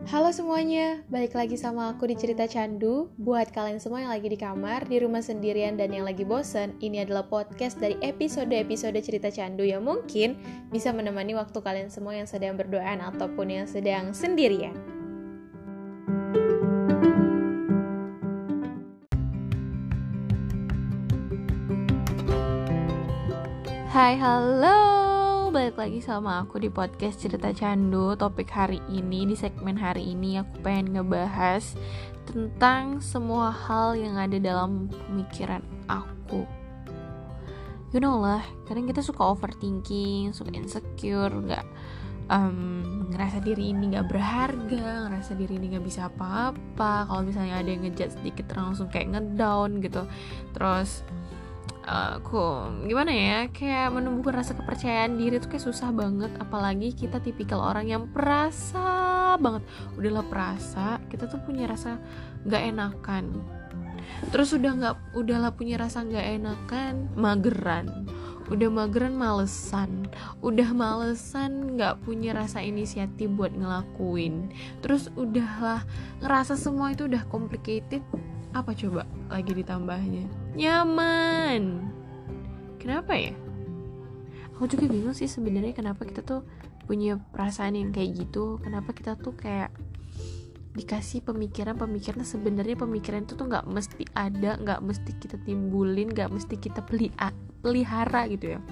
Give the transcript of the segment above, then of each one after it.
Halo semuanya, balik lagi sama aku di Cerita Candu. Buat kalian semua yang lagi di kamar, di rumah sendirian, dan yang lagi bosen, ini adalah podcast dari episode-episode Cerita Candu yang mungkin bisa menemani waktu kalian semua yang sedang berduaan ataupun yang sedang sendirian. Hai, halo. Balik lagi sama aku di podcast Cerita Candu. Topik hari ini, di segmen hari ini aku pengen ngebahas tentang semua hal yang ada dalam pemikiran aku. You know lah, kadang kita suka overthinking, suka insecure, ngerasa diri ini gak berharga, ngerasa diri ini gak bisa apa-apa. Kalau misalnya ada yang ngejudge sedikit langsung kayak ngedown gitu. Terus aku gimana ya, kayak menumbuhkan rasa kepercayaan diri tuh kayak susah banget. Apalagi kita tipikal orang yang perasa banget. Udahlah perasa, kita tuh punya rasa gak enakan. Terus udahlah punya rasa gak enakan, mageran. Udah mageran malesan. Udah malesan gak punya rasa inisiatif buat ngelakuin. Terus udahlah ngerasa semua itu udah complicated. Apa coba lagi ditambahnya? Nyaman. Kenapa ya? Aku juga bingung sih sebenarnya kenapa kita tuh punya perasaan yang kayak gitu. Kenapa kita tuh kayak dikasih pemikiran sebenarnya pemikiran itu tuh nggak mesti ada, nggak mesti kita timbulin, nggak mesti kita pelihara gitu ya.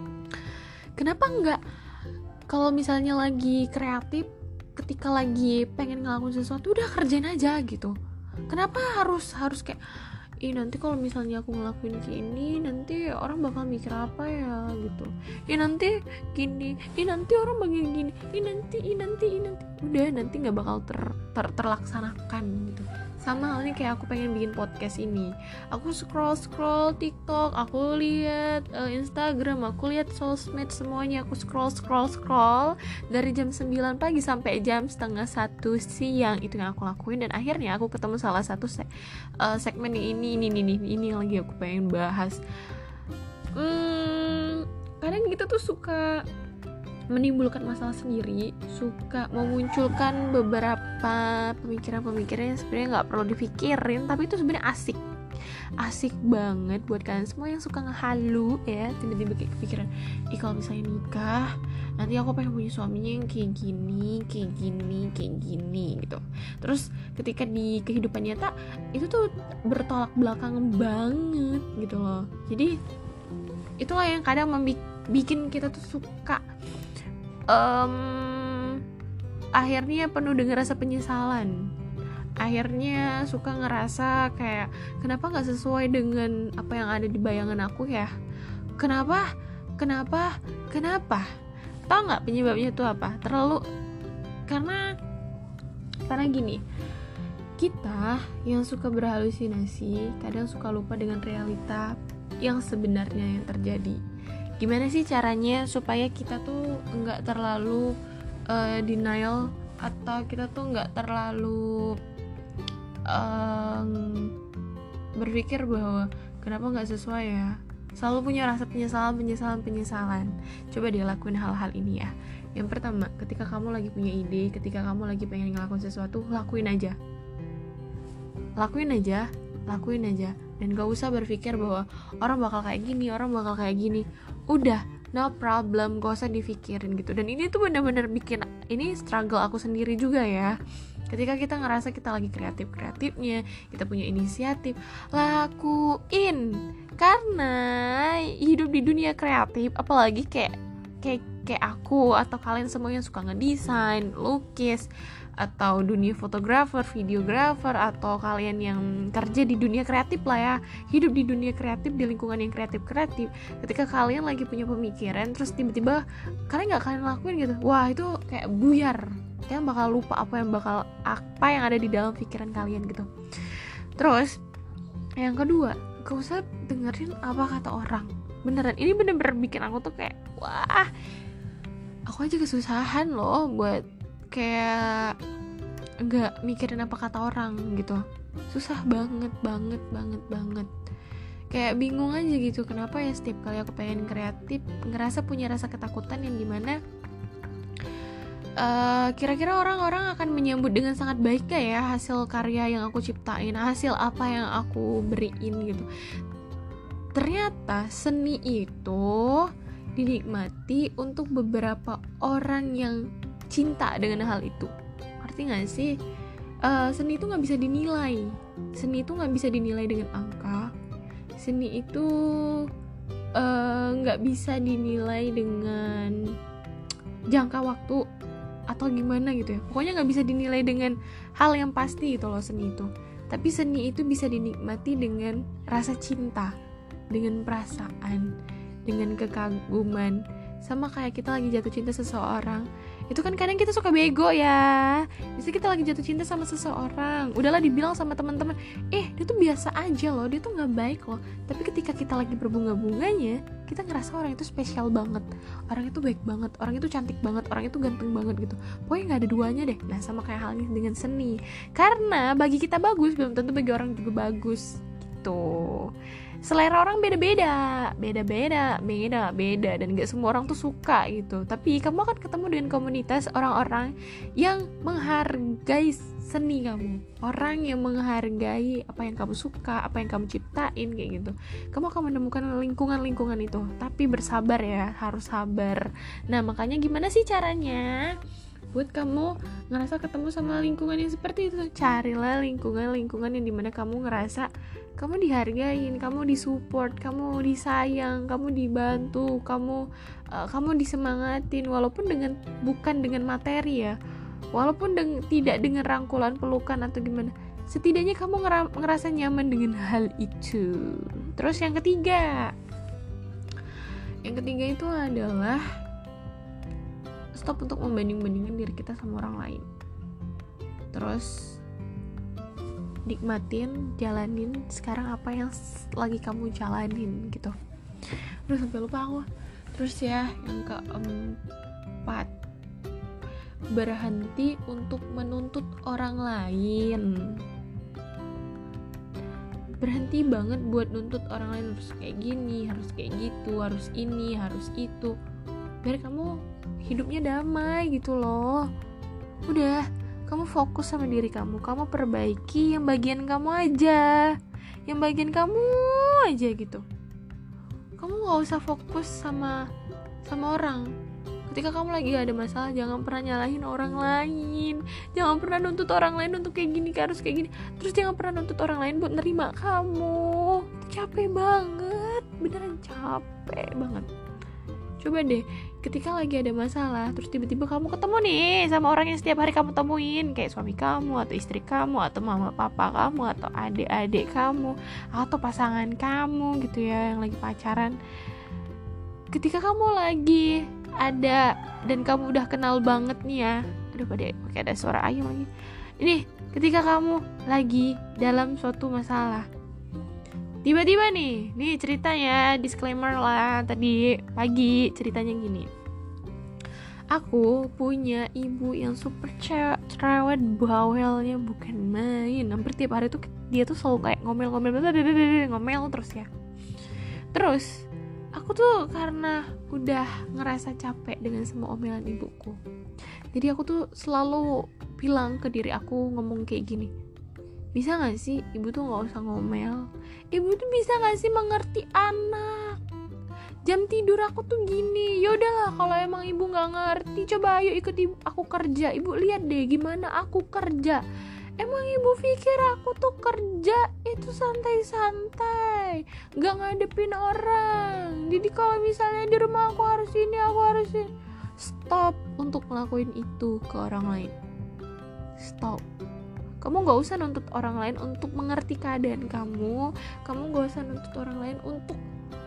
Kenapa nggak kalau misalnya lagi kreatif, ketika lagi pengen ngelakuin sesuatu udah kerjain aja gitu. Kenapa harus kayak nanti kalau misalnya aku ngelakuin kayak ini nanti orang bakal mikir apa ya gitu. Nanti gini, nanti orang bakal gini, nanti udah nanti nggak bakal terlaksanakan gitu. Sama halnya kayak aku pengen bikin podcast ini, aku scroll TikTok, aku lihat Instagram, aku lihat sosmed semuanya, aku scroll dari jam 9 pagi sampai jam 12:30 siang. Itu yang aku lakuin dan akhirnya aku ketemu salah satu segmen ini yang lagi aku pengen bahas. Kadang kita tuh suka menimbulkan masalah sendiri, suka memunculkan beberapa pemikiran yang sebenarnya nggak perlu dipikirin, tapi itu sebenarnya asik banget buat kalian semua yang suka ngehalu ya, tiba-tiba kayak kepikiran, kalau misalnya nikah nanti aku pengen punya suaminya yang kayak gini gitu. Terus ketika di kehidupan nyata itu tuh bertolak belakang banget gitu loh. Jadi itulah yang kadang bikin kita tuh suka akhirnya penuh dengan rasa penyesalan. Akhirnya suka ngerasa kayak kenapa gak sesuai dengan apa yang ada di bayangan aku ya. Kenapa? Tahu gak penyebabnya itu apa? Karena gini, kita yang suka berhalusinasi kadang suka lupa dengan realita yang sebenarnya yang terjadi. Gimana sih caranya supaya kita tuh nggak terlalu denial, atau kita tuh nggak terlalu berpikir bahwa kenapa nggak sesuai ya, selalu punya rasa penyesalan. Coba dia lakuin hal-hal ini ya. Yang pertama, ketika kamu lagi punya ide, ketika kamu lagi pengen ngelakuin sesuatu, lakuin aja dan gak usah berpikir bahwa orang bakal kayak gini. Udah, no problem, gak usah dipikirin gitu. Dan ini tuh benar-benar bikin ini struggle aku sendiri juga ya. Ketika kita ngerasa kita lagi kreatifnya, kita punya inisiatif, lakuin. Karena hidup di dunia kreatif, apalagi kayak aku atau kalian semua yang suka ngedesain, lukis, atau dunia fotografer, videografer, atau kalian yang kerja di dunia kreatif lah ya, hidup di dunia kreatif, di lingkungan yang kreatif. Ketika kalian lagi punya pemikiran, terus tiba-tiba kalian lakuin gitu, wah itu kayak buyar. Kalian bakal lupa apa yang ada di dalam pikiran kalian gitu. Terus yang kedua, gak usah dengerin apa kata orang. Beneran, ini bener-bener bikin aku tuh kayak wah, aku aja kesusahan loh buat kayak nggak mikirin apa kata orang gitu. Susah banget. Kayak bingung aja gitu, kenapa ya setiap kali aku pengen kreatif ngerasa punya rasa ketakutan yang dimana kira-kira orang-orang akan menyambut dengan sangat baik gak ya hasil karya yang aku ciptain, hasil apa yang aku beriin gitu. Ternyata seni itu dinikmati untuk beberapa orang yang cinta dengan hal itu. Ngerti gak sih? Seni itu gak bisa dinilai. Seni itu gak bisa dinilai dengan angka. Seni itu gak bisa dinilai dengan jangka waktu atau gimana gitu ya. Pokoknya gak bisa dinilai dengan hal yang pasti gitu loh seni itu. Tapi seni itu bisa dinikmati dengan rasa cinta, dengan perasaan, dengan kekaguman. Sama kayak kita lagi jatuh cinta seseorang, itu kan kadang kita suka bego ya. Misalnya kita lagi jatuh cinta sama seseorang, udahlah dibilang sama teman-teman, dia tuh biasa aja loh, dia tuh nggak baik loh. Tapi ketika kita lagi berbunga-bunganya, kita ngerasa orang itu spesial banget, orang itu baik banget, orang itu cantik banget, orang itu ganteng banget gitu. Pokoknya nggak ada duanya deh. Nah sama kayak halnya dengan seni, karena bagi kita bagus belum tentu bagi orang juga bagus gitu. Selera orang beda-beda, dan gak semua orang tuh suka gitu. Tapi kamu akan ketemu dengan komunitas orang-orang yang menghargai seni kamu, orang yang menghargai apa yang kamu suka, apa yang kamu ciptain kayak gitu. Kamu akan menemukan lingkungan-lingkungan itu, tapi bersabar ya, harus sabar. Nah makanya gimana sih caranya buat kamu ngerasa ketemu sama lingkungan yang seperti itu? Carilah lingkungan yang dimana kamu ngerasa kamu dihargain, kamu disupport, kamu disayang, kamu dibantu, kamu disemangatin, walaupun bukan dengan materi ya, walaupun tidak dengan rangkulan, pelukan atau gimana. Setidaknya kamu ngerasa nyaman dengan hal itu. Terus yang ketiga itu adalah stop untuk membanding-bandingkan diri kita sama orang lain. Terus nikmatin, jalanin sekarang apa yang lagi kamu jalanin gitu. Terus sampai lupa aku. Terus ya yang keempat, berhenti untuk menuntut orang lain. Berhenti banget buat nuntut orang lain, harus kayak gini, harus kayak gitu, harus ini, harus itu. Biar kamu hidupnya damai gitu loh. Udah, kamu fokus sama diri kamu perbaiki yang bagian kamu aja, gitu. Kamu gak usah fokus sama orang. Ketika kamu lagi ada masalah, jangan pernah nyalahin orang lain, jangan pernah nuntut orang lain untuk kayak gini, harus kayak gini. Terus jangan pernah nuntut orang lain buat nerima kamu. Capek banget, beneran capek banget. Coba deh, ketika lagi ada masalah, terus tiba-tiba kamu ketemu nih sama orang yang setiap hari kamu temuin, kayak suami kamu, atau istri kamu, atau mama papa kamu, atau adik-adik kamu, atau pasangan kamu gitu ya, yang lagi pacaran. Ketika kamu lagi ada dan kamu udah kenal banget nih ya, aduh pakai ada suara ayam lagi. Ini ketika kamu lagi dalam suatu masalah, tiba-tiba nih ceritanya, disclaimer lah, tadi pagi ceritanya gini. Aku punya ibu yang super cerewet, bawelnya bukan main. Hampir tiap hari tuh dia tuh selalu kayak ngomel terus ya. Terus aku tuh karena udah ngerasa capek dengan semua omelan ibuku, jadi aku tuh selalu bilang ke diri aku, ngomong kayak gini, bisa gak sih ibu tuh gak usah ngomel, ibu tuh bisa gak sih mengerti anak, jam tidur aku tuh gini, yaudahlah kalau emang ibu gak ngerti, coba ayo ikut aku kerja, ibu lihat deh gimana aku kerja. Emang ibu pikir aku tuh kerja itu santai-santai, gak ngadepin orang. Jadi kalau misalnya di rumah aku harus ini, aku harus ini. Stop untuk ngelakuin itu ke orang lain. Stop. Kamu gak usah nuntut orang lain untuk mengerti keadaan kamu. Kamu gak usah nuntut orang lain untuk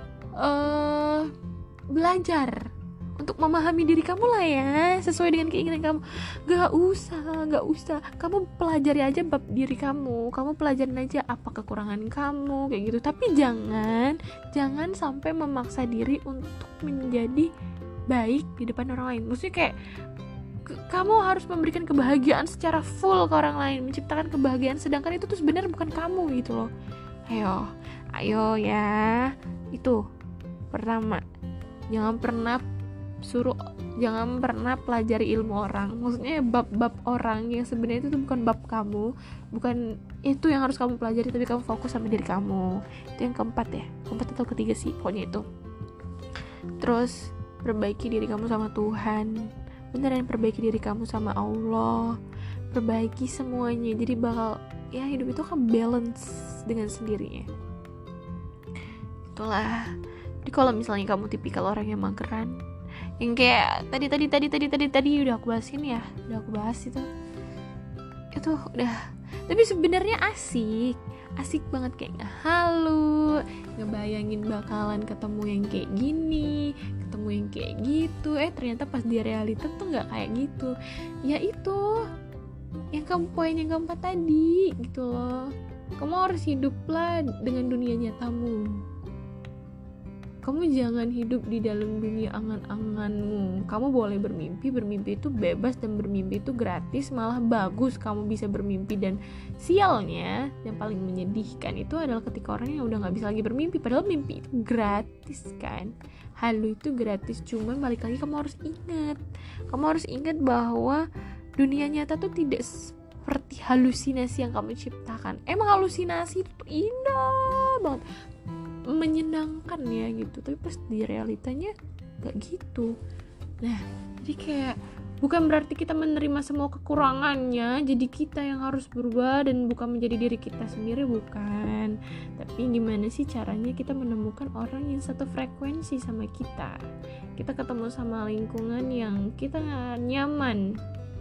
belajar, untuk memahami diri kamu lah ya, sesuai dengan keinginan kamu. Gak usah. Kamu pelajari aja bab diri kamu pelajarin aja apa kekurangan kamu kayak gitu. Tapi jangan sampai memaksa diri untuk menjadi baik di depan orang lain. Maksudnya kayak kamu harus memberikan kebahagiaan secara full ke orang lain, menciptakan kebahagiaan, sedangkan itu tuh sebenarnya bukan kamu gitu loh. Ayo ya. Itu pertama, jangan pernah suruh Jangan pernah pelajari ilmu orang, maksudnya bab-bab orang yang sebenarnya itu tuh bukan bab kamu, bukan itu yang harus kamu pelajari, tapi kamu fokus sama diri kamu. Itu yang keempat atau ketiga sih, pokoknya itu. Terus perbaiki diri kamu sama Tuhan, beneran perbaiki diri kamu sama Allah, perbaiki semuanya. Jadi bakal ya, hidup itu kan balance dengan sendirinya. Itulah. Jadi kalau misalnya kamu tipikal orang yang mageran, yang kayak tadi udah aku bahasin ya, udah aku bahas itu udah. Tapi sebenarnya asik banget, kayak halu, ngebayangin bakalan ketemu yang kayak gini, ketemu yang kayak gitu. Ternyata pas di realita tuh nggak kayak gitu. Ya itu yang poin yang keempat tadi gitu loh. Kamu harus hiduplah dengan dunia nyatamu. Kamu jangan hidup di dalam dunia angan-anganmu. Kamu boleh bermimpi itu bebas, dan bermimpi itu gratis, malah bagus kamu bisa bermimpi. Dan sialnya, yang paling menyedihkan itu adalah ketika orang yang udah gak bisa lagi bermimpi, padahal mimpi itu gratis kan. Halu itu gratis, cuman balik lagi kamu harus ingat bahwa dunia nyata tuh tidak seperti halusinasi yang kamu ciptakan. Emang halusinasi itu indah banget, menyenangkan ya gitu, tapi pas di realitanya gak gitu. Nah, jadi kayak bukan berarti kita menerima semua kekurangannya jadi kita yang harus berubah dan bukan menjadi diri kita sendiri, bukan. Tapi gimana sih caranya kita menemukan orang yang satu frekuensi sama kita ketemu sama lingkungan yang kita nyaman.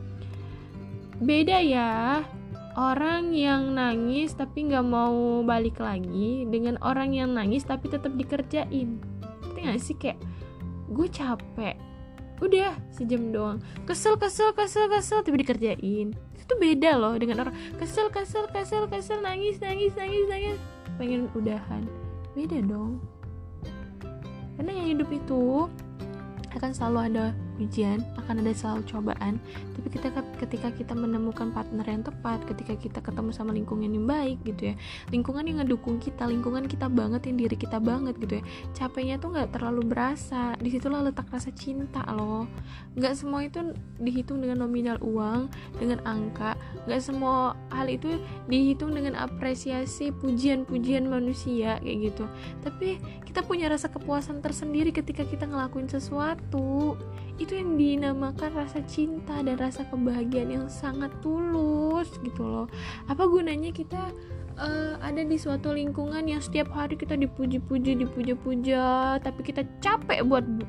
Beda ya orang yang nangis tapi gak mau balik lagi dengan orang yang nangis tapi tetap dikerjain. Ngerti gak sih? Kayak gue capek, udah sejam doang, kesel tapi dikerjain. Itu beda loh dengan orang kesel nangis pengen udahan. Beda dong. Karena yang hidup itu akan selalu ada ujian, akan ada selalu cobaan. Tapi ketika kita menemukan partner yang tepat, ketika kita ketemu sama lingkungan yang baik gitu ya, lingkungan yang ngedukung kita, lingkungan kita banget, yang diri kita banget gitu ya, capeknya tuh gak terlalu berasa. Disitulah letak rasa cinta loh. Gak semua itu dihitung dengan nominal uang, dengan angka. Gak semua hal itu dihitung dengan apresiasi, pujian-pujian manusia kayak gitu. Tapi kita punya rasa kepuasan tersendiri ketika kita ngelakuin sesuatu. Itu yang dinamakan rasa cinta dan rasa kebahagiaan yang sangat tulus gitu loh. Apa gunanya kita ada di suatu lingkungan yang setiap hari kita dipuja-puja, tapi kita capek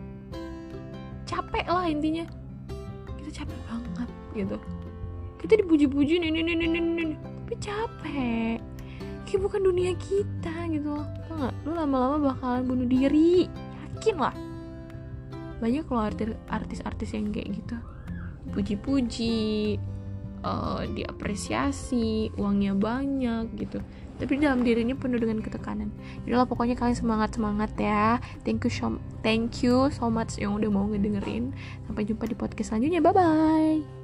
lah, intinya kita capek banget gitu. Kita dipuji-puji nih, tapi capek. Kayak bukan dunia kita gitu loh. Tau gak? Lu lama-lama bakalan bunuh diri, yakin lah. Banyak loh artis-artis yang kayak gitu, puji-puji, diapresiasi, uangnya banyak gitu, tapi dalam dirinya penuh dengan ketekanan. Yaudah, pokoknya kalian semangat ya. Thank you so much yang udah mau ngedengerin. Sampai jumpa di podcast selanjutnya. Bye bye.